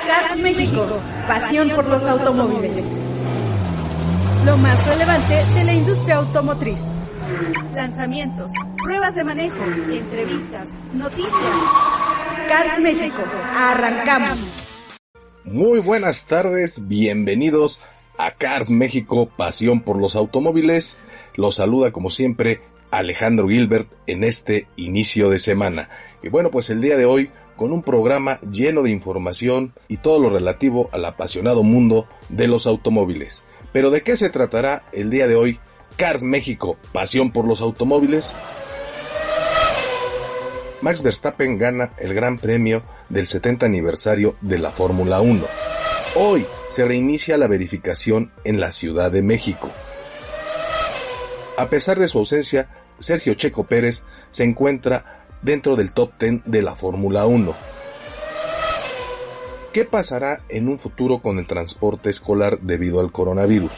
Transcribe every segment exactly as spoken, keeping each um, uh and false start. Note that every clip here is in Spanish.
Cars México, pasión por los automóviles. Lo más relevante de la industria automotriz. Lanzamientos, pruebas de manejo, entrevistas, noticias. Cars México, arrancamos. Muy buenas tardes, bienvenidos a Cars México, pasión por los automóviles. Los saluda como siempre Alejandro Gilbert en este inicio de semana. Y bueno, pues el día de hoy con un programa lleno de información y todo lo relativo al apasionado mundo de los automóviles. Pero ¿de qué se tratará el día de hoy? Cars México, pasión por los automóviles. Max Verstappen gana el Gran Premio del setenta aniversario de la Fórmula uno. Hoy se reinicia la verificación en la Ciudad de México. A pesar de su ausencia, Sergio Checo Pérez se encuentra dentro del top diez de la Fórmula uno. ¿Qué pasará en un futuro con el transporte escolar debido al coronavirus?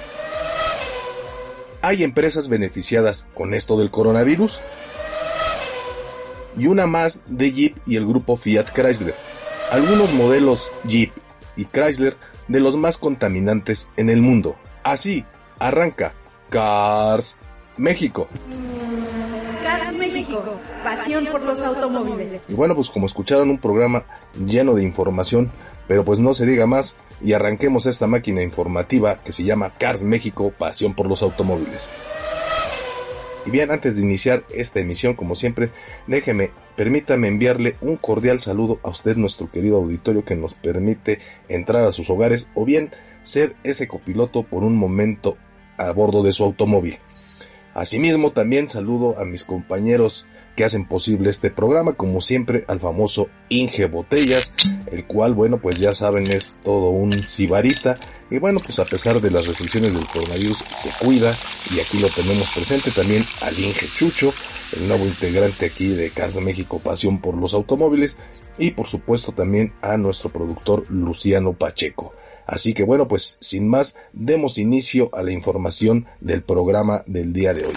¿Hay empresas beneficiadas con esto del coronavirus? Y una más de Jeep y el grupo Fiat Chrysler. Algunos modelos Jeep y Chrysler de los más contaminantes en el mundo. Así arranca Cars México. Cars México, pasión por los automóviles. Y bueno, pues como escucharon, un programa lleno de información, pero pues no se diga más y arranquemos esta máquina informativa que se llama Cars México, pasión por los automóviles. Y bien, antes de iniciar esta emisión, como siempre, déjeme, permítame enviarle un cordial saludo a usted, nuestro querido auditorio, que nos permite entrar a sus hogares o bien ser ese copiloto por un momento a bordo de su automóvil. Asimismo, también saludo a mis compañeros que hacen posible este programa, como siempre al famoso Inge Botellas, el cual, bueno, pues ya saben, es todo un sibarita, y bueno, pues a pesar de las restricciones del coronavirus, se cuida, y aquí lo tenemos presente. También al Inge Chucho, el nuevo integrante aquí de Cars México, pasión por los automóviles, y por supuesto también a nuestro productor Luciano Pacheco. Así que bueno, pues sin más, demos inicio a la información del programa del día de hoy.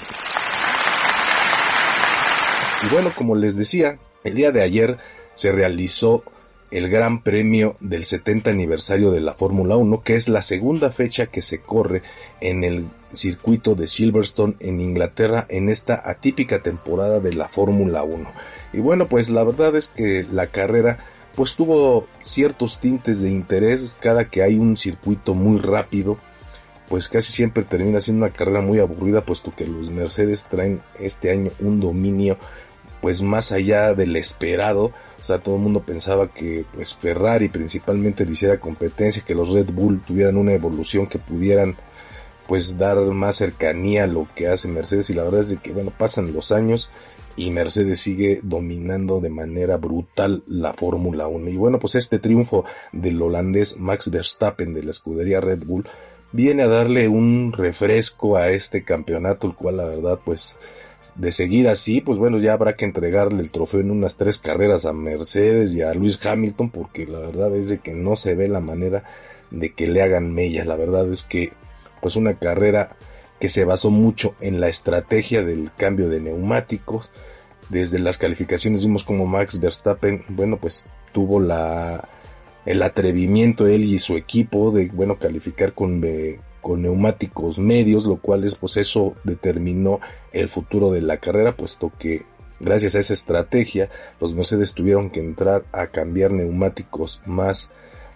Y bueno, como les decía, el día de ayer se realizó el Gran Premio del setenta aniversario de la Fórmula uno, que es la segunda fecha que se corre en el circuito de Silverstone en Inglaterra en esta atípica temporada de la Fórmula uno. Y bueno, pues la verdad es que la carrera pues tuvo ciertos tintes de interés. Cada que hay un circuito muy rápido, pues casi siempre termina siendo una carrera muy aburrida, puesto que los Mercedes traen este año un dominio pues más allá del esperado. O sea, todo el mundo pensaba que pues Ferrari principalmente le hiciera competencia, que los Red Bull tuvieran una evolución que pudieran pues dar más cercanía a lo que hace Mercedes, y la verdad es de que bueno, pasan los años y Mercedes sigue dominando de manera brutal la Fórmula uno. Y bueno, pues este triunfo del holandés Max Verstappen de la escudería Red Bull viene a darle un refresco a este campeonato, el cual la verdad pues de seguir así, pues bueno, ya habrá que entregarle el trofeo en unas tres carreras a Mercedes y a Lewis Hamilton, porque la verdad es de que no se ve la manera de que le hagan mella. La verdad es que pues una carrera que se basó mucho en la estrategia del cambio de neumáticos. Desde las calificaciones vimos como Max Verstappen, bueno, pues tuvo la el atrevimiento él y su equipo de, bueno, calificar con, de, con neumáticos medios, lo cual es, pues eso determinó el futuro de la carrera, puesto que gracias a esa estrategia los Mercedes tuvieron que entrar a cambiar neumáticos más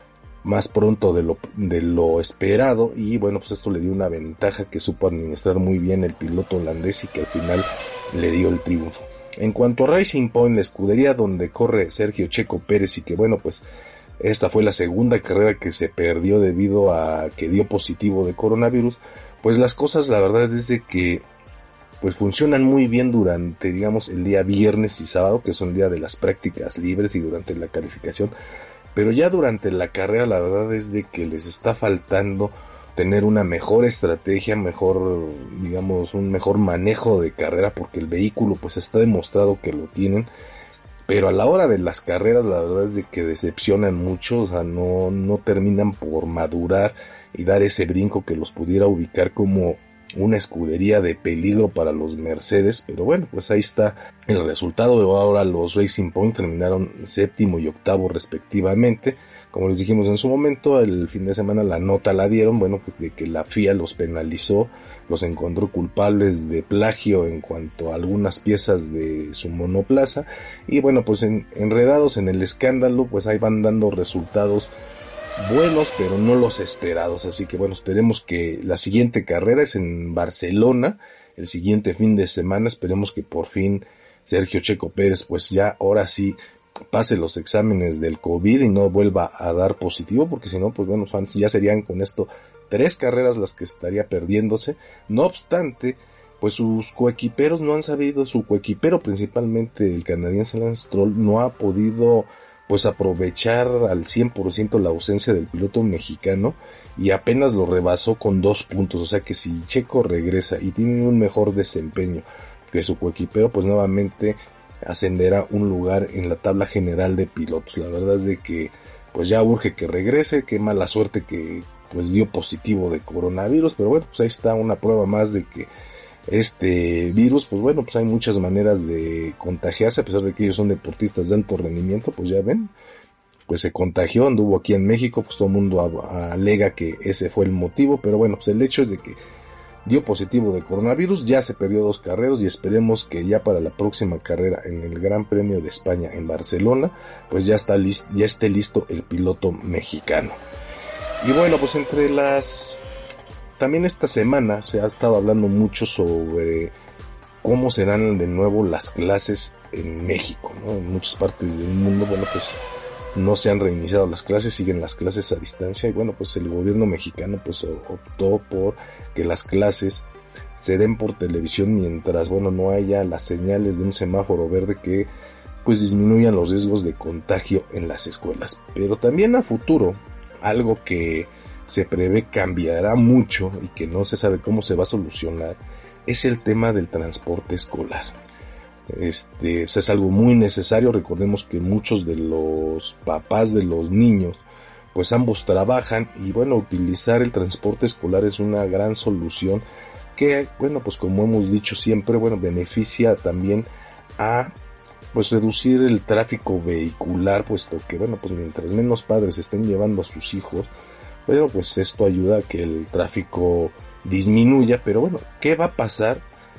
más pronto de lo, de lo esperado, y bueno, pues esto le dio una ventaja que supo administrar muy bien el piloto holandés y que al final le dio el triunfo. En cuanto a Racing Point, la escudería donde corre Sergio Checo Pérez, y que bueno, pues esta fue la segunda carrera que se perdió debido a que dio positivo de coronavirus, pues las cosas la verdad es de que pues funcionan muy bien durante, digamos, el día viernes y sábado, que son el día de las prácticas libres, y durante la calificación. Pero ya durante la carrera la verdad es de que les está faltando tener una mejor estrategia, mejor, digamos, un mejor manejo de carrera, porque el vehículo pues está demostrado que lo tienen, pero a la hora de las carreras la verdad es de que decepcionan mucho. O sea, no, no terminan por madurar y dar ese brinco que los pudiera ubicar como una escudería de peligro para los Mercedes. Pero bueno, pues ahí está el resultado. Ahora los Racing Point terminaron séptimo y octavo respectivamente, Como les dijimos en su momento, el fin de semana la nota la dieron, bueno, pues de que la F I A los penalizó, los encontró culpables de plagio en cuanto a algunas piezas de su monoplaza, y bueno, pues en, enredados en el escándalo, pues ahí van dando resultados buenos, pero no los esperados. Así que bueno, esperemos que la siguiente carrera es en Barcelona, el siguiente fin de semana. Esperemos que por fin Sergio Checo Pérez, pues ya ahora sí pase los exámenes del COVID y no vuelva a dar positivo, porque si no, pues bueno, fans, ya serían con esto tres carreras las que estaría perdiéndose. No obstante, pues sus coequiperos no han sabido, su coequipero principalmente el canadiense Lance Stroll no ha podido pues aprovechar al cien por ciento la ausencia del piloto mexicano y apenas lo rebasó con dos puntos. O sea que si Checo regresa y tiene un mejor desempeño que su coequipero, pues nuevamente ascenderá un lugar en la tabla general de pilotos. La verdad es de que pues ya urge que regrese. Qué mala suerte que pues dio positivo de coronavirus, pero bueno, pues ahí está una prueba más de que este virus, pues bueno, pues hay muchas maneras de contagiarse, a pesar de que ellos son deportistas de alto rendimiento. Pues ya ven, pues se contagió, anduvo aquí en México, pues todo el mundo alega que ese fue el motivo, pero bueno, pues el hecho es de que dio positivo de coronavirus, ya se perdió dos carreras y esperemos que ya para la próxima carrera en el Gran Premio de España en Barcelona, pues ya está listo, ya esté listo el piloto mexicano. Y bueno, pues entre las... También esta semana se ha estado hablando mucho sobre cómo serán de nuevo las clases en México, ¿no? En muchas partes del mundo, bueno, pues no se han reiniciado las clases, siguen las clases a distancia y bueno, pues el gobierno mexicano pues optó por que las clases se den por televisión mientras, bueno, no haya las señales de un semáforo verde que pues disminuyan los riesgos de contagio en las escuelas. Pero también a futuro, algo que se prevé cambiará mucho y que no se sabe cómo se va a solucionar, es el tema del transporte escolar. Este, o sea, es algo muy necesario. Recordemos que muchos de los papás de los niños, pues ambos trabajan y bueno, utilizar el transporte escolar es una gran solución que, bueno, pues como hemos dicho siempre, bueno, beneficia también a pues reducir el tráfico vehicular, puesto que, bueno, pues mientras menos padres estén llevando a sus hijos, bueno, pues esto ayuda a que el tráfico disminuya. Pero bueno, ¿qué va a pasar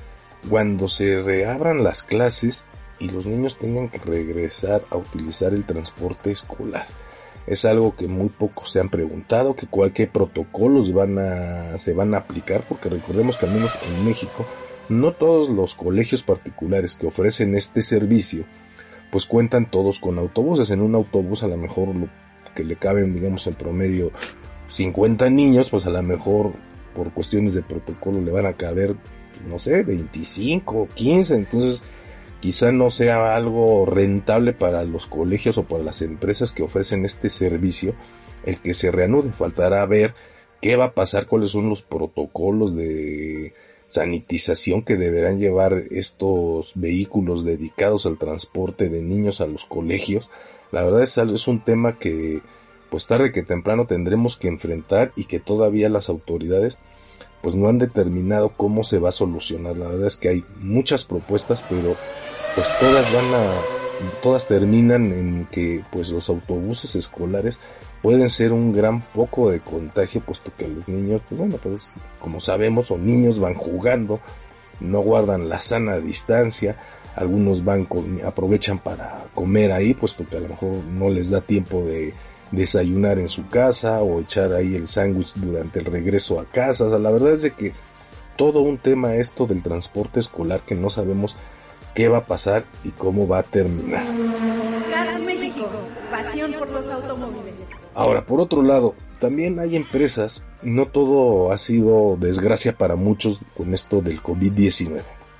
cuando se reabran las clases y los niños tengan que regresar a utilizar el transporte escolar? Es algo que muy pocos se han preguntado, que cualquier protocolos van a, se van a aplicar, porque recordemos que al menos en México, no todos los colegios particulares que ofrecen este servicio, pues cuentan todos con autobuses. En un autobús a lo mejor lo que le caben, digamos, en promedio cincuenta niños, pues a lo mejor por cuestiones de protocolo le van a caber, no sé, veinticinco o quince, entonces quizá no sea algo rentable para los colegios o para las empresas que ofrecen este servicio el que se reanude. Faltará ver qué va a pasar, cuáles son los protocolos de sanitización que deberán llevar estos vehículos dedicados al transporte de niños a los colegios. La verdad es, es un tema que pues tarde que temprano tendremos que enfrentar y que todavía las autoridades pues no han determinado cómo se va a solucionar. La verdad es que hay muchas propuestas, pero pues todas van a, todas terminan en que pues los autobuses escolares pueden ser un gran foco de contagio, puesto que los niños, pues bueno, pues como sabemos, son niños, van jugando, no guardan la sana distancia, algunos van con, aprovechan para comer ahí, puesto que a lo mejor no les da tiempo de desayunar en su casa o echar ahí el sándwich durante el regreso a casa. O sea, la verdad es de que todo un tema esto del transporte escolar que no sabemos qué va a pasar y cómo va a terminar. Cars México, pasión por los automóviles. Ahora, por otro lado, también hay empresas, no todo ha sido desgracia para muchos con esto del covid diecinueve.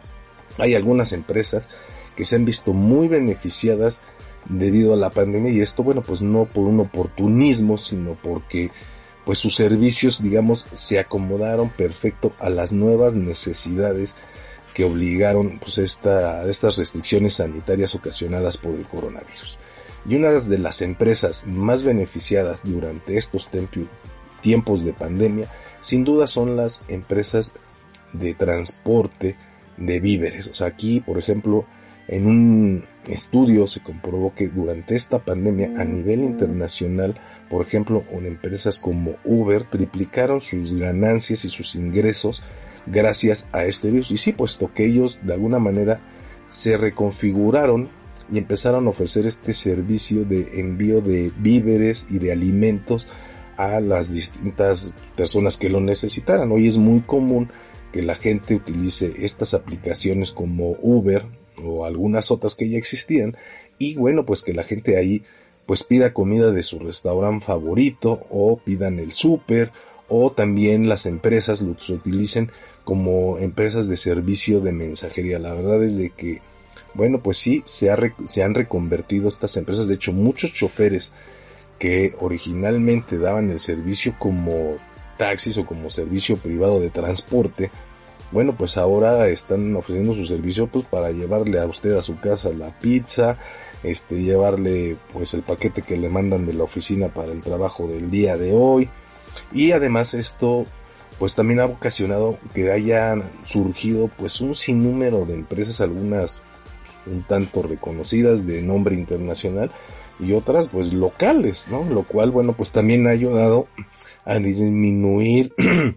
Hay algunas empresas que se han visto muy beneficiadas debido a la pandemia, y esto, bueno, pues no por un oportunismo, sino porque pues sus servicios, digamos, se acomodaron perfecto a las nuevas necesidades que obligaron pues esta, estas restricciones sanitarias ocasionadas por el coronavirus. Y una de las empresas más beneficiadas durante estos tempi- tiempos de pandemia, sin duda son las empresas de transporte de víveres. O sea, aquí, por ejemplo, en un estudio se comprobó que durante esta pandemia a nivel internacional, por ejemplo, en empresas como Uber triplicaron sus ganancias y sus ingresos gracias a este virus. Y sí, puesto que ellos de alguna manera se reconfiguraron y empezaron a ofrecer este servicio de envío de víveres y de alimentos a las distintas personas que lo necesitaran. Hoy es muy común que la gente utilice estas aplicaciones como Uber o algunas otras que ya existían, y bueno, pues que la gente ahí pues pida comida de su restaurante favorito, o pidan el súper, o también las empresas los utilicen como empresas de servicio de mensajería. La verdad es de que, bueno, pues sí, se, ha, se han reconvertido estas empresas. De hecho, muchos choferes que originalmente daban el servicio como taxis o como servicio privado de transporte, bueno, pues ahora están ofreciendo su servicio pues para llevarle a usted a su casa la pizza, este, llevarle pues el paquete que le mandan de la oficina para el trabajo del día de hoy. Y además esto pues también ha ocasionado que hayan surgido pues un sinnúmero de empresas, algunas un tanto reconocidas de nombre internacional y otras pues locales, ¿no? Lo cual, bueno, pues también ha ayudado a disminuir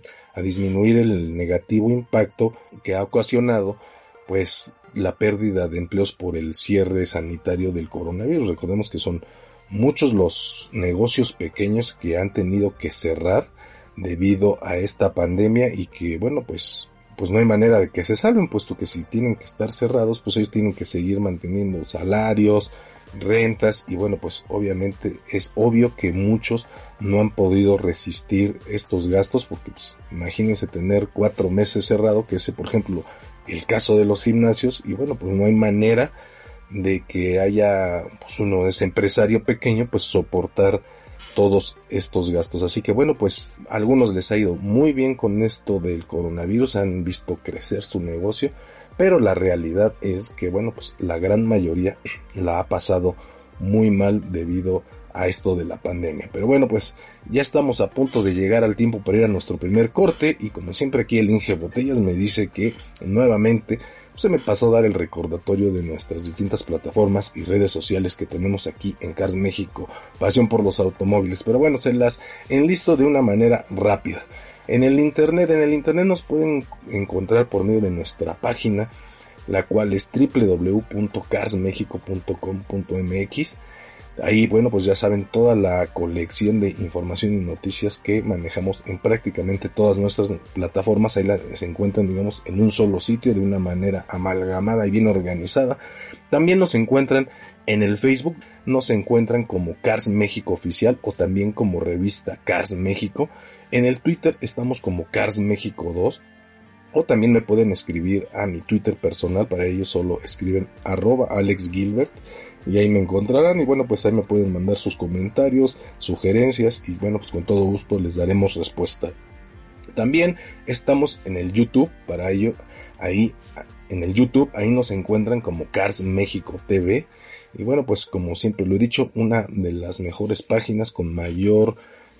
a disminuir el negativo impacto que ha ocasionado pues la pérdida de empleos por el cierre sanitario del coronavirus. Recordemos que son muchos los negocios pequeños que han tenido que cerrar debido a esta pandemia y que, bueno, pues pues no hay manera de que se salven, puesto que si tienen que estar cerrados, pues ellos tienen que seguir manteniendo salarios, rentas, y bueno, pues obviamente es obvio que muchos no han podido resistir estos gastos, porque pues imagínense tener cuatro meses cerrado, que es por ejemplo el caso de los gimnasios, y bueno, pues no hay manera de que haya, pues uno es empresario pequeño, pues soportar todos estos gastos. Así que bueno, pues a algunos les ha ido muy bien con esto del coronavirus, han visto crecer su negocio, pero la realidad es que, bueno, pues la gran mayoría la ha pasado muy mal debido a esto de la pandemia. Pero bueno, pues ya estamos a punto de llegar al tiempo para ir a nuestro primer corte, y como siempre aquí el Inge Botellas me dice que nuevamente se me pasó dar el recordatorio de nuestras distintas plataformas y redes sociales que tenemos aquí en Cars México, pasión por los automóviles. Pero bueno, se las enlisto de una manera rápida. En el internet, en el internet nos pueden encontrar por medio de nuestra página, la cual es doble u doble u doble u punto cars mexico punto com punto m x. Ahí, bueno, pues ya saben toda la colección de información y noticias que manejamos en prácticamente todas nuestras plataformas. Ahí la, se encuentran, digamos, en un solo sitio de una manera amalgamada y bien organizada. También nos encuentran en el Facebook, nos encuentran como Cars México Oficial o también como revista Cars México. En el Twitter estamos como Cars México dos. O también me pueden escribir a mi Twitter personal, para ello solo escriben arroba Alex Gilbert y ahí me encontrarán, y bueno, pues ahí me pueden mandar sus comentarios, sugerencias, y bueno, pues con todo gusto les daremos respuesta. También estamos en el YouTube, para ello ahí en el YouTube ahí nos encuentran como Cars México T V, y bueno, pues como siempre lo he dicho, una de las mejores páginas con mayor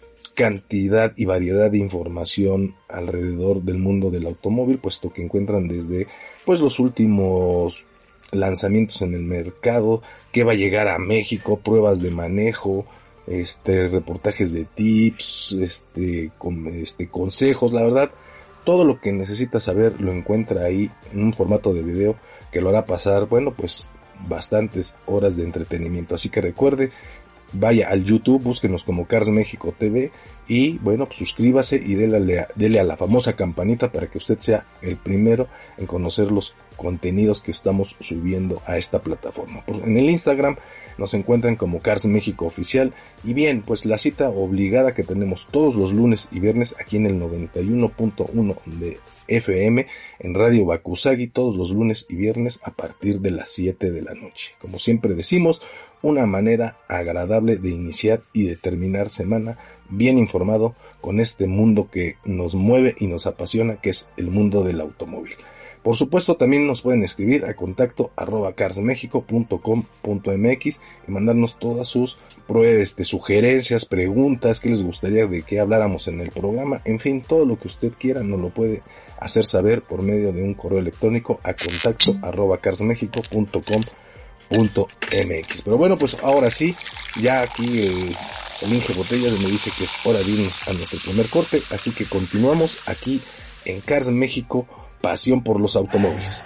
cantidad y variedad de información alrededor del mundo del automóvil, puesto que encuentran desde pues los últimos lanzamientos en el mercado, qué va a llegar a México, pruebas de manejo, este reportajes de tips, este, con, este consejos. La verdad, todo lo que necesita saber lo encuentra ahí en un formato de video que lo hará pasar, bueno, pues bastantes horas de entretenimiento. Así que recuerde, vaya al YouTube, búsquenos como Cars México T V y bueno, pues suscríbase y dele a, dele a la famosa campanita para que usted sea el primero en conocer los contenidos que estamos subiendo a esta plataforma. En el Instagram nos encuentran como Cars México Oficial, y bien, pues la cita obligada que tenemos todos los lunes y viernes aquí en el noventa y uno punto uno de F M en Radio Bakusagi, todos los lunes y viernes a partir de las siete de la noche. Como siempre decimos, una manera agradable de iniciar y de terminar semana bien informado con este mundo que nos mueve y nos apasiona, que es el mundo del automóvil. Por supuesto, también nos pueden escribir a contacto arroba carsmexico punto com punto mx y mandarnos todas sus este, sugerencias, preguntas, qué les gustaría de que habláramos en el programa, en fin, todo lo que usted quiera nos lo puede hacer saber por medio de un correo electrónico a contacto arroba carsmexico punto com punto mx. Pero bueno, pues ahora sí, ya aquí el, el Inge Botellas me dice que es hora de irnos a nuestro primer corte, así que continuamos aquí en Cars México, pasión por los automóviles.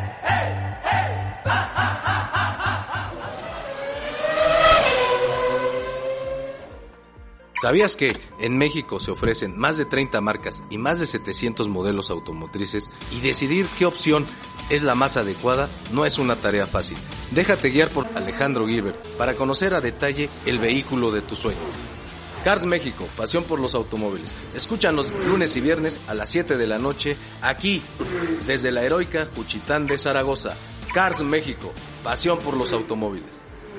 ¿Sabías que en México se ofrecen más de treinta marcas y más de setecientos modelos automotrices y decidir qué opción es la más adecuada no es una tarea fácil? Déjate guiar por Alejandro Gilbert para conocer a detalle el vehículo de tu sueño. Cars México, pasión por los automóviles. Escúchanos lunes y viernes a las siete de la noche aquí desde la heroica Juchitán de Zaragoza. Cars México, pasión por los automóviles.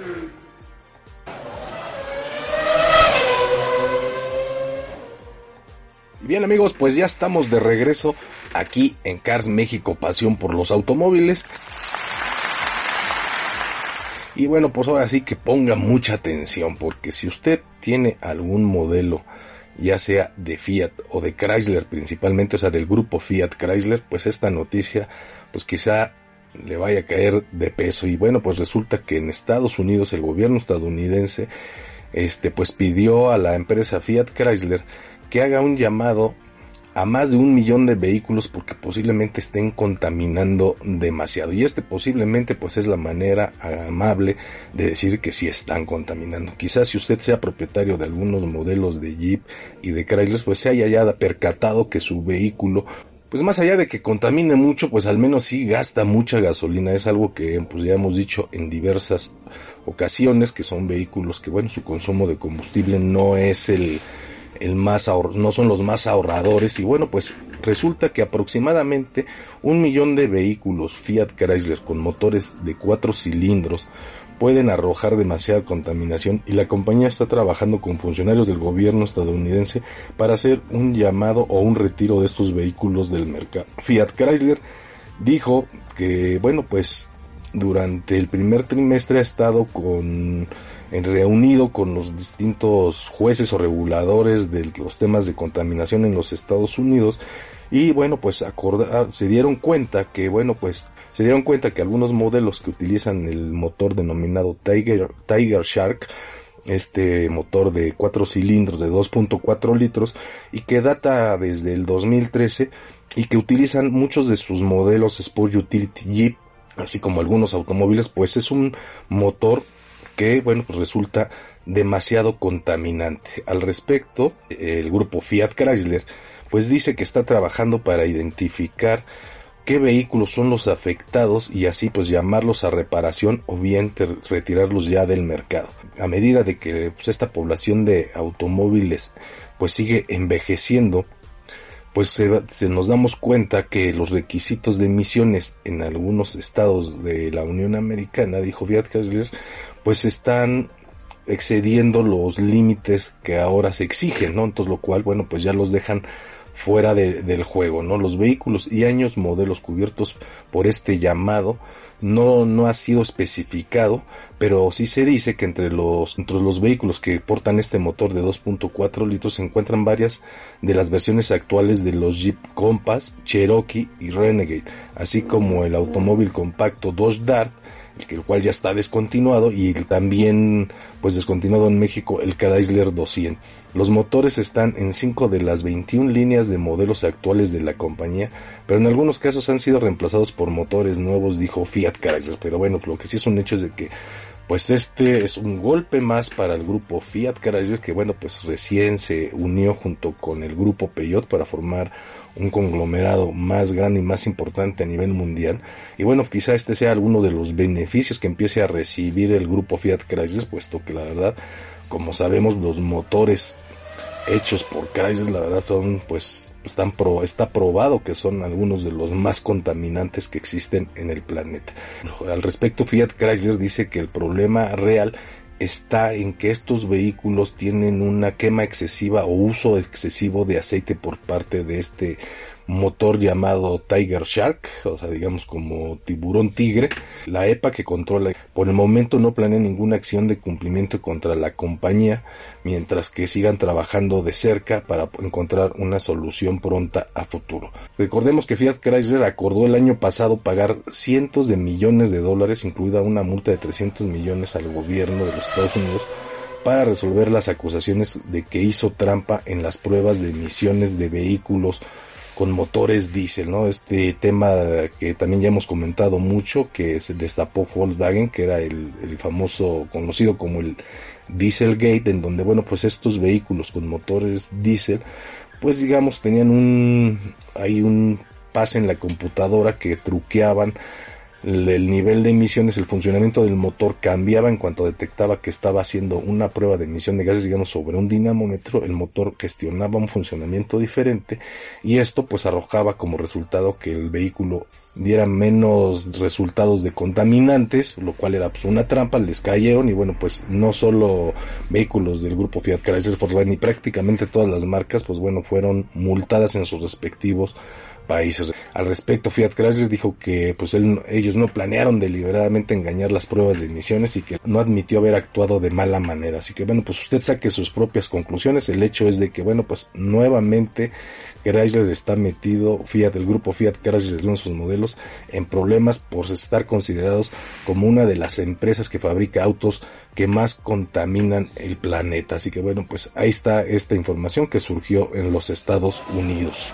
Bien amigos, pues ya estamos de regreso aquí en Cars México, pasión por los automóviles. Y bueno, pues ahora sí que ponga mucha atención, porque si usted tiene algún modelo, ya sea de Fiat o de Chrysler principalmente, o sea del grupo Fiat Chrysler, pues esta noticia pues quizá le vaya a caer de peso. Y bueno, pues resulta que en Estados Unidos el gobierno estadounidense este pues pidió a la empresa Fiat Chrysler que haga un llamado a más de un millón de vehículos porque posiblemente estén contaminando demasiado. Y este posiblemente pues es la manera amable de decir que sí están contaminando. Quizás si usted sea propietario de algunos modelos de Jeep y de Chrysler, pues se haya ya percatado que su vehículo, pues más allá de que contamine mucho, pues al menos sí gasta mucha gasolina. Es algo que pues ya hemos dicho en diversas ocasiones, que son vehículos que bueno, su consumo de combustible no es el el más ahor- no son los más ahorradores. Y bueno, pues resulta que aproximadamente un millón de vehículos Fiat Chrysler con motores de cuatro cilindros pueden arrojar demasiada contaminación, y la compañía está trabajando con funcionarios del gobierno estadounidense para hacer un llamado o un retiro de estos vehículos del mercado. Fiat Chrysler dijo que bueno, pues durante el primer trimestre ha estado con en reunido con los distintos jueces o reguladores de los temas de contaminación en los Estados Unidos, y bueno, pues acordar, se dieron cuenta que bueno, pues se dieron cuenta que algunos modelos que utilizan el motor denominado Tiger, Tiger Shark, este motor de cuatro cilindros de dos punto cuatro litros y que data desde el dos mil trece, y que utilizan muchos de sus modelos Sport Utility Jeep, así como algunos automóviles, pues es un motor que bueno, pues resulta demasiado contaminante. Al respecto, el grupo Fiat Chrysler pues dice que está trabajando para identificar qué vehículos son los afectados y así pues llamarlos a reparación o bien ter- retirarlos ya del mercado. A medida de que pues, esta población de automóviles pues sigue envejeciendo, pues se, se nos damos cuenta que los requisitos de emisiones en algunos estados de la Unión Americana, dijo Fiat Chrysler, pues están excediendo los límites que ahora se exigen, ¿no? Entonces lo cual, bueno, pues ya los dejan fuera de, del juego, ¿no? Los vehículos y años modelos cubiertos por este llamado no, no ha sido especificado, pero sí se dice que entre los, entre los vehículos que portan este motor de dos punto cuatro litros se encuentran varias de las versiones actuales de los Jeep Compass, Cherokee y Renegade, así como el automóvil compacto Dodge Dart, el cual ya está descontinuado, y también pues descontinuado en México el Chrysler doscientos. Los motores están en cinco de las veintiuna líneas de modelos actuales de la compañía, pero en algunos casos han sido reemplazados por motores nuevos, dijo Fiat Chrysler. Pero bueno, lo que sí es un hecho es de que pues este es un golpe más para el grupo Fiat Chrysler, que bueno, pues recién se unió junto con el grupo Peugeot para formar un conglomerado más grande y más importante a nivel mundial. Y bueno, quizá este sea alguno de los beneficios que empiece a recibir el grupo Fiat Chrysler, puesto que la verdad, como sabemos, los motores hechos por Chrysler, la verdad son, pues, están pro, está probado que son algunos de los más contaminantes que existen en el planeta. Al respecto, Fiat Chrysler dice que el problema real está en que estos vehículos tienen una quema excesiva o uso excesivo de aceite por parte de este motor llamado Tiger Shark, o sea, digamos como tiburón tigre. La E P A, que controla, por el momento no planea ninguna acción de cumplimiento contra la compañía, mientras que sigan trabajando de cerca para encontrar una solución pronta a futuro. Recordemos que Fiat Chrysler acordó el año pasado pagar cientos de millones de dólares, incluida una multa de trescientos millones al gobierno de los Estados Unidos, para resolver las acusaciones de que hizo trampa en las pruebas de emisiones de vehículos con motores diésel, ¿no? Este tema que también ya hemos comentado mucho, que se destapó Volkswagen, que era el, el famoso, conocido como el Dieselgate, en donde, bueno, pues estos vehículos con motores diésel, pues digamos, tenían un, hay un pase en la computadora que truqueaban el nivel de emisiones, el funcionamiento del motor cambiaba en cuanto detectaba que estaba haciendo una prueba de emisión de gases, digamos, sobre un dinamómetro. El motor gestionaba un funcionamiento diferente y esto pues arrojaba como resultado que el vehículo diera menos resultados de contaminantes, lo cual era pues una trampa. Les cayeron y bueno, pues no solo vehículos del grupo Fiat Chrysler, Volkswagen y prácticamente todas las marcas, pues bueno, fueron multadas en sus respectivos países. Al respecto, Fiat Chrysler dijo que pues él, ellos no planearon deliberadamente engañar las pruebas de emisiones y que no admitió haber actuado de mala manera. Así que bueno, pues usted saque sus propias conclusiones. El hecho es de que bueno, pues nuevamente Chrysler está metido, Fiat, el grupo Fiat Chrysler en sus modelos, en problemas por estar considerados como una de las empresas que fabrica autos que más contaminan el planeta. Así que bueno, pues ahí está esta información que surgió en los Estados Unidos.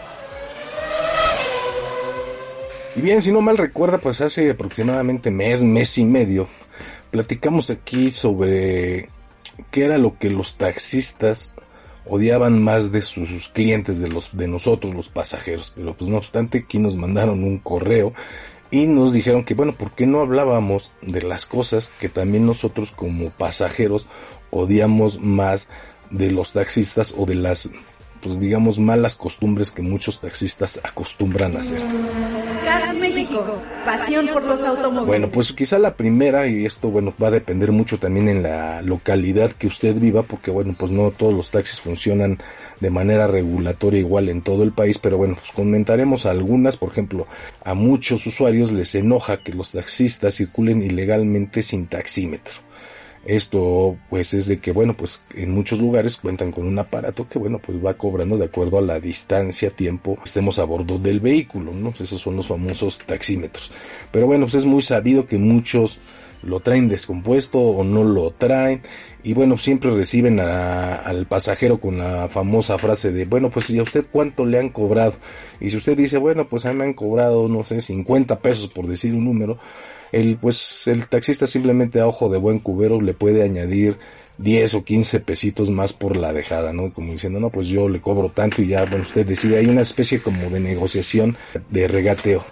Y bien, si no mal recuerda, pues hace aproximadamente mes, mes y medio, platicamos aquí sobre qué era lo que los taxistas odiaban más de sus clientes, de los de nosotros los pasajeros. Pero pues no obstante, aquí nos mandaron un correo y nos dijeron que bueno, ¿por qué no hablábamos de las cosas que también nosotros como pasajeros odiamos más de los taxistas, o de las, pues digamos, malas costumbres que muchos taxistas acostumbran a hacer? Cars México, pasión por los automóviles. Bueno, pues quizá la primera, y esto bueno va a depender mucho también en la localidad que usted viva, porque bueno, pues no todos los taxis funcionan de manera regulatoria igual en todo el país, pero bueno, pues comentaremos algunas. Por ejemplo, a muchos usuarios les enoja que los taxistas circulen ilegalmente sin taxímetro. Esto pues es de que bueno, pues en muchos lugares cuentan con un aparato que bueno, pues va cobrando de acuerdo a la distancia, tiempo estemos a bordo del vehículo, ¿no? Pues esos son los famosos taxímetros. Pero bueno, pues es muy sabido que muchos lo traen descompuesto o no lo traen, y bueno, siempre reciben a, al pasajero con la famosa frase de bueno, pues ¿y a usted cuánto le han cobrado? Y si usted dice bueno, pues a mí me han cobrado, no sé, cincuenta pesos por decir un número, el pues el taxista simplemente a ojo de buen cubero le puede añadir diez o quince pesitos más por la dejada, ¿no? Como diciendo, no, pues yo le cobro tanto y ya, bueno, usted decide. Hay una especie como de negociación, de regateo.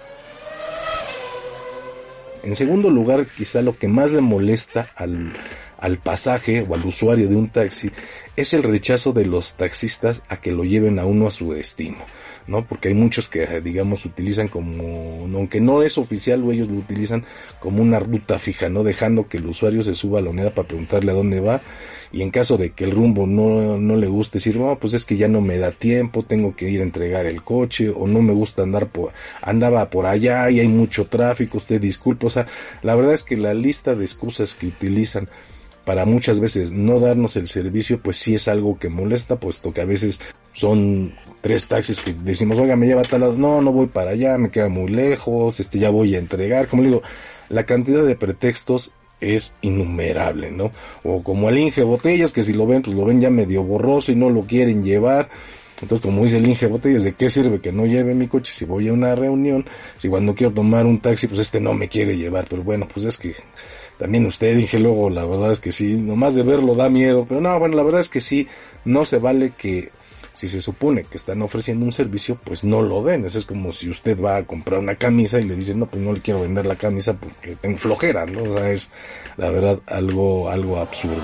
En segundo lugar, quizá lo que más le molesta al, al pasaje o al usuario de un taxi es el rechazo de los taxistas a que lo lleven a uno a su destino, ¿no? Porque hay muchos que, digamos, utilizan como, aunque no es oficial, o ellos lo utilizan como una ruta fija, ¿no? Dejando que el usuario se suba a la unidad para preguntarle a dónde va, y en caso de que el rumbo no, no le guste, decir, no, pues es que ya no me da tiempo, tengo que ir a entregar el coche, o no me gusta andar por, andaba por allá y hay mucho tráfico, usted disculpe. O sea, la verdad es que la lista de excusas que utilizan para muchas veces no darnos el servicio, pues sí es algo que molesta, puesto que a veces son tres taxis que decimos, oiga, me lleva a tal lado, no, no voy para allá, me queda muy lejos, este, ya voy a entregar. Como le digo, la cantidad de pretextos es innumerable, ¿no? O como el Inge Botellas, que si lo ven, pues lo ven ya medio borroso y no lo quieren llevar. Entonces, como dice el Inge Botellas, ¿de qué sirve que no lleve mi coche si voy a una reunión? Si cuando quiero tomar un taxi, pues este no me quiere llevar. Pero bueno, pues es que también usted, dije luego, la verdad es que sí, nomás de verlo da miedo. Pero no, bueno, la verdad es que sí, no se vale que, si se supone que están ofreciendo un servicio, pues no lo den. Eso es como si usted va a comprar una camisa y le dicen, no, pues no le quiero vender la camisa porque tengo flojera, ¿no? O sea, es la verdad algo, algo absurdo.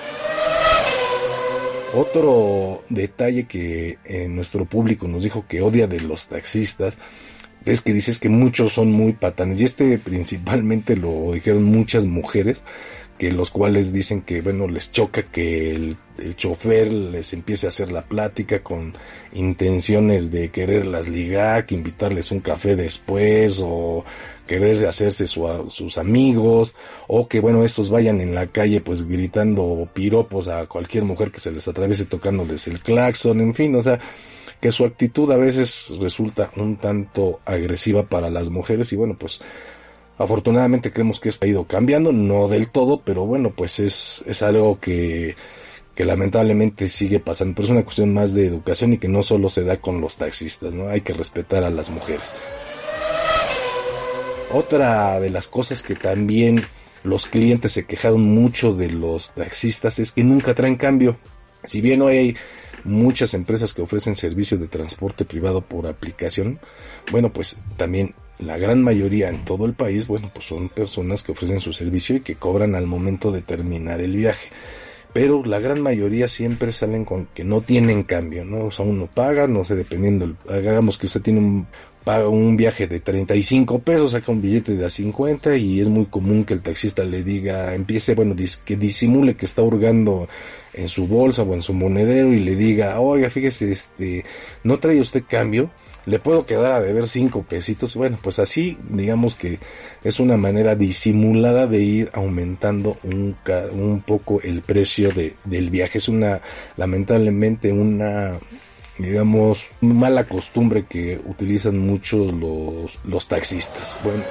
Otro detalle que eh, nuestro público nos dijo que odia de los taxistas es que dices que muchos son muy patanes, y este principalmente lo dijeron muchas mujeres, que los cuales dicen que, bueno, les choca que el, el chofer les empiece a hacer la plática con intenciones de quererlas ligar, que invitarles un café después, o querer hacerse su, sus amigos, o que, bueno, estos vayan en la calle pues gritando piropos a cualquier mujer que se les atraviese tocándoles el claxon, en fin, o sea, que su actitud a veces resulta un tanto agresiva para las mujeres. Y bueno, pues afortunadamente creemos que esto ha ido cambiando, no del todo, pero bueno, pues es, es algo que, que lamentablemente sigue pasando, pero es una cuestión más de educación y que no solo se da con los taxistas, ¿no? Hay que respetar a las mujeres. Otra de las cosas que también los clientes se quejaron mucho de los taxistas es que nunca traen cambio. Si bien hoy hay muchas empresas que ofrecen servicio de transporte privado por aplicación, bueno, pues también la gran mayoría en todo el país, bueno, pues son personas que ofrecen su servicio y que cobran al momento de terminar el viaje. Pero la gran mayoría siempre salen con que no tienen cambio, ¿no? O sea, uno paga, no sé, dependiendo, hagamos que usted tiene un, paga un viaje de treinta y cinco pesos, saca un billete de a cincuenta, y es muy común que el taxista le diga, empiece, bueno, dis, que disimule que está hurgando en su bolsa o en su monedero y le diga, oiga, fíjese, este, ¿no trae usted cambio? Le puedo quedar a deber cinco pesitos. Bueno, pues así, digamos que es una manera disimulada de ir aumentando un, un poco el precio de, del viaje. Es una, lamentablemente, una, digamos, mala costumbre que utilizan mucho los, los taxistas. Bueno,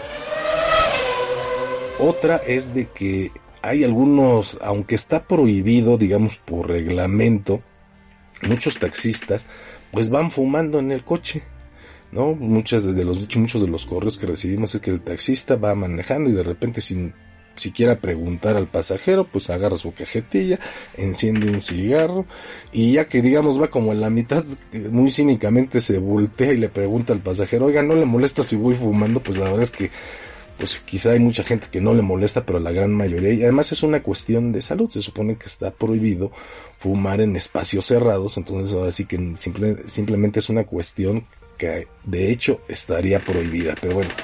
otra es de que hay algunos, aunque está prohibido, digamos, por reglamento, muchos taxistas pues van fumando en el coche, ¿no? Muchas de los muchos de los correos que recibimos es que el taxista va manejando y de repente, sin siquiera preguntar al pasajero, pues agarra su cajetilla, enciende un cigarro, y ya que digamos va como en la mitad, muy cínicamente se voltea y le pregunta al pasajero, oiga, ¿no le molesta si voy fumando? Pues la verdad es que pues quizá hay mucha gente que no le molesta, pero la gran mayoría, y además es una cuestión de salud, se supone que está prohibido fumar en espacios cerrados, entonces ahora sí que simple, simplemente es una cuestión que de hecho estaría prohibida, pero bueno.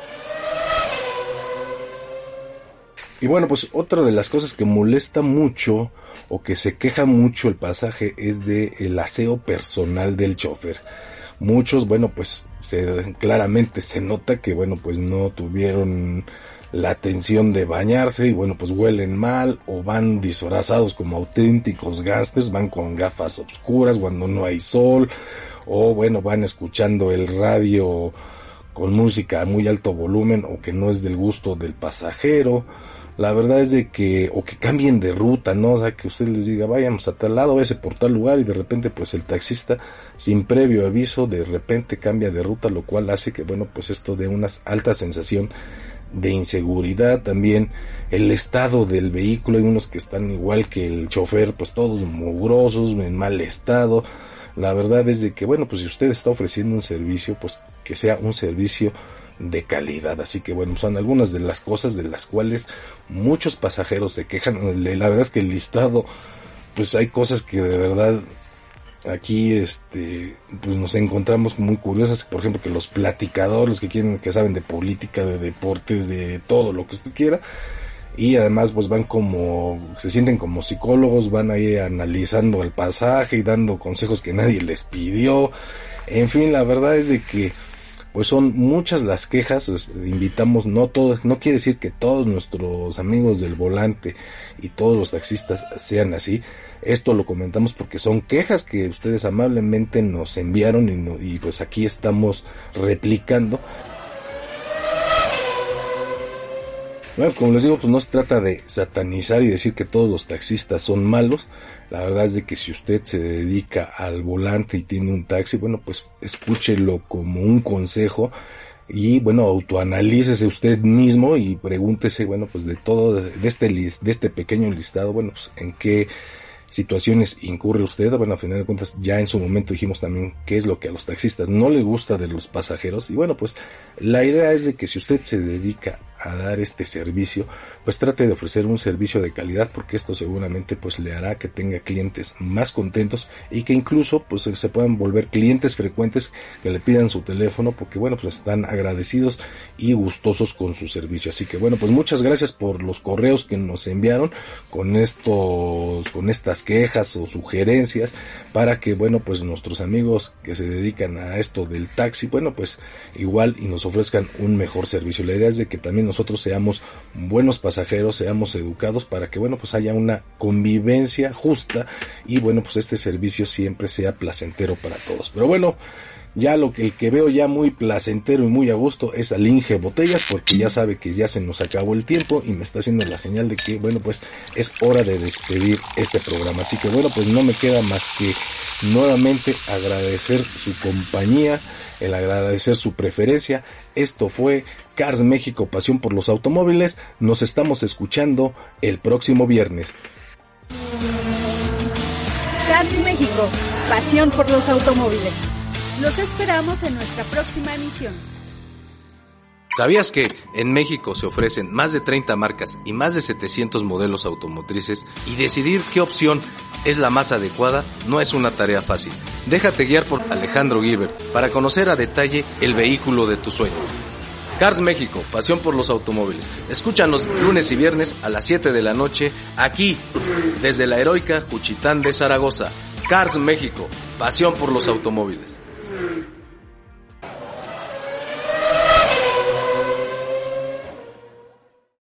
Y bueno, pues otra de las cosas que molesta mucho o que se queja mucho el pasaje es de el aseo personal del chofer. Muchos, bueno, pues se, claramente se nota que, bueno, pues no tuvieron la atención de bañarse y, bueno, pues huelen mal o van disfrazados como auténticos gángsters, van con gafas oscuras cuando no hay sol, o, bueno, van escuchando el radio con música a muy alto volumen o que no es del gusto del pasajero. La verdad es de que, o que cambien de ruta, ¿no? O sea, que usted les diga, vayamos a tal lado, váyase por tal lugar, y de repente, pues el taxista, sin previo aviso, de repente cambia de ruta, lo cual hace que, bueno, pues esto dé una alta sensación de inseguridad. También el estado del vehículo, hay unos que están igual que el chofer, pues todos mugrosos, en mal estado. La verdad es de que, bueno, pues si usted está ofreciendo un servicio, pues que sea un servicio de calidad. Así que bueno, son algunas de las cosas de las cuales muchos pasajeros se quejan. La verdad es que el listado, pues hay cosas que de verdad aquí este pues nos encontramos muy curiosas. Por ejemplo, que los platicadores que quieren, que saben de política, de deportes, de todo lo que usted quiera, y además pues van como, se sienten como psicólogos, van ahí analizando el pasaje y dando consejos que nadie les pidió. En fin, la verdad es de que pues son muchas las quejas. Invitamos, no todos, no quiere decir que todos nuestros amigos del volante y todos los taxistas sean así. Esto lo comentamos porque son quejas que ustedes amablemente nos enviaron y, no, y pues aquí estamos replicando. Bueno, como les digo, pues no se trata de satanizar y decir que todos los taxistas son malos. La verdad es de que si usted se dedica al volante y tiene un taxi, bueno, pues escúchelo como un consejo y, bueno, autoanalícese usted mismo y pregúntese, bueno, pues de todo, de este list, de este pequeño listado, bueno, pues en qué situaciones incurre usted. Bueno, a final de cuentas, ya en su momento dijimos también qué es lo que a los taxistas no les gusta de los pasajeros. Y bueno, pues la idea es de que si usted se dedica a dar este servicio, pues trate de ofrecer un servicio de calidad, porque esto seguramente pues le hará que tenga clientes más contentos y que incluso pues se puedan volver clientes frecuentes que le pidan su teléfono, porque bueno, pues están agradecidos y gustosos con su servicio. Así que bueno, pues muchas gracias por los correos que nos enviaron con estos, con estas quejas o sugerencias, para que bueno, pues nuestros amigos que se dedican a esto del taxi, bueno, pues igual y nos ofrezcan un mejor servicio. La idea es de que también nosotros seamos buenos pasajeros, seamos educados, para que bueno, pues haya una convivencia justa y bueno, pues este servicio siempre sea placentero para todos. Pero bueno, ya lo que el que veo ya muy placentero y muy a gusto es al Inge Botellas, porque ya sabe que ya se nos acabó el tiempo y me está haciendo la señal de que bueno, pues es hora de despedir este programa. Así que bueno, pues no me queda más que nuevamente agradecer su compañía, el agradecer su preferencia. Esto fue Cars México, pasión por los automóviles. Nos estamos escuchando el próximo viernes. Cars México, pasión por los automóviles. Los esperamos en nuestra próxima emisión. ¿Sabías que en México se ofrecen más de treinta marcas y más de setecientos modelos automotrices, y decidir qué opción es la más adecuada no es una tarea fácil? Déjate guiar por Alejandro Gilbert para conocer a detalle el vehículo de tus sueños. Cars México, pasión por los automóviles. Escúchanos lunes y viernes a las siete de la noche, aquí, desde la heroica Juchitán de Zaragoza. Cars México, pasión por los automóviles.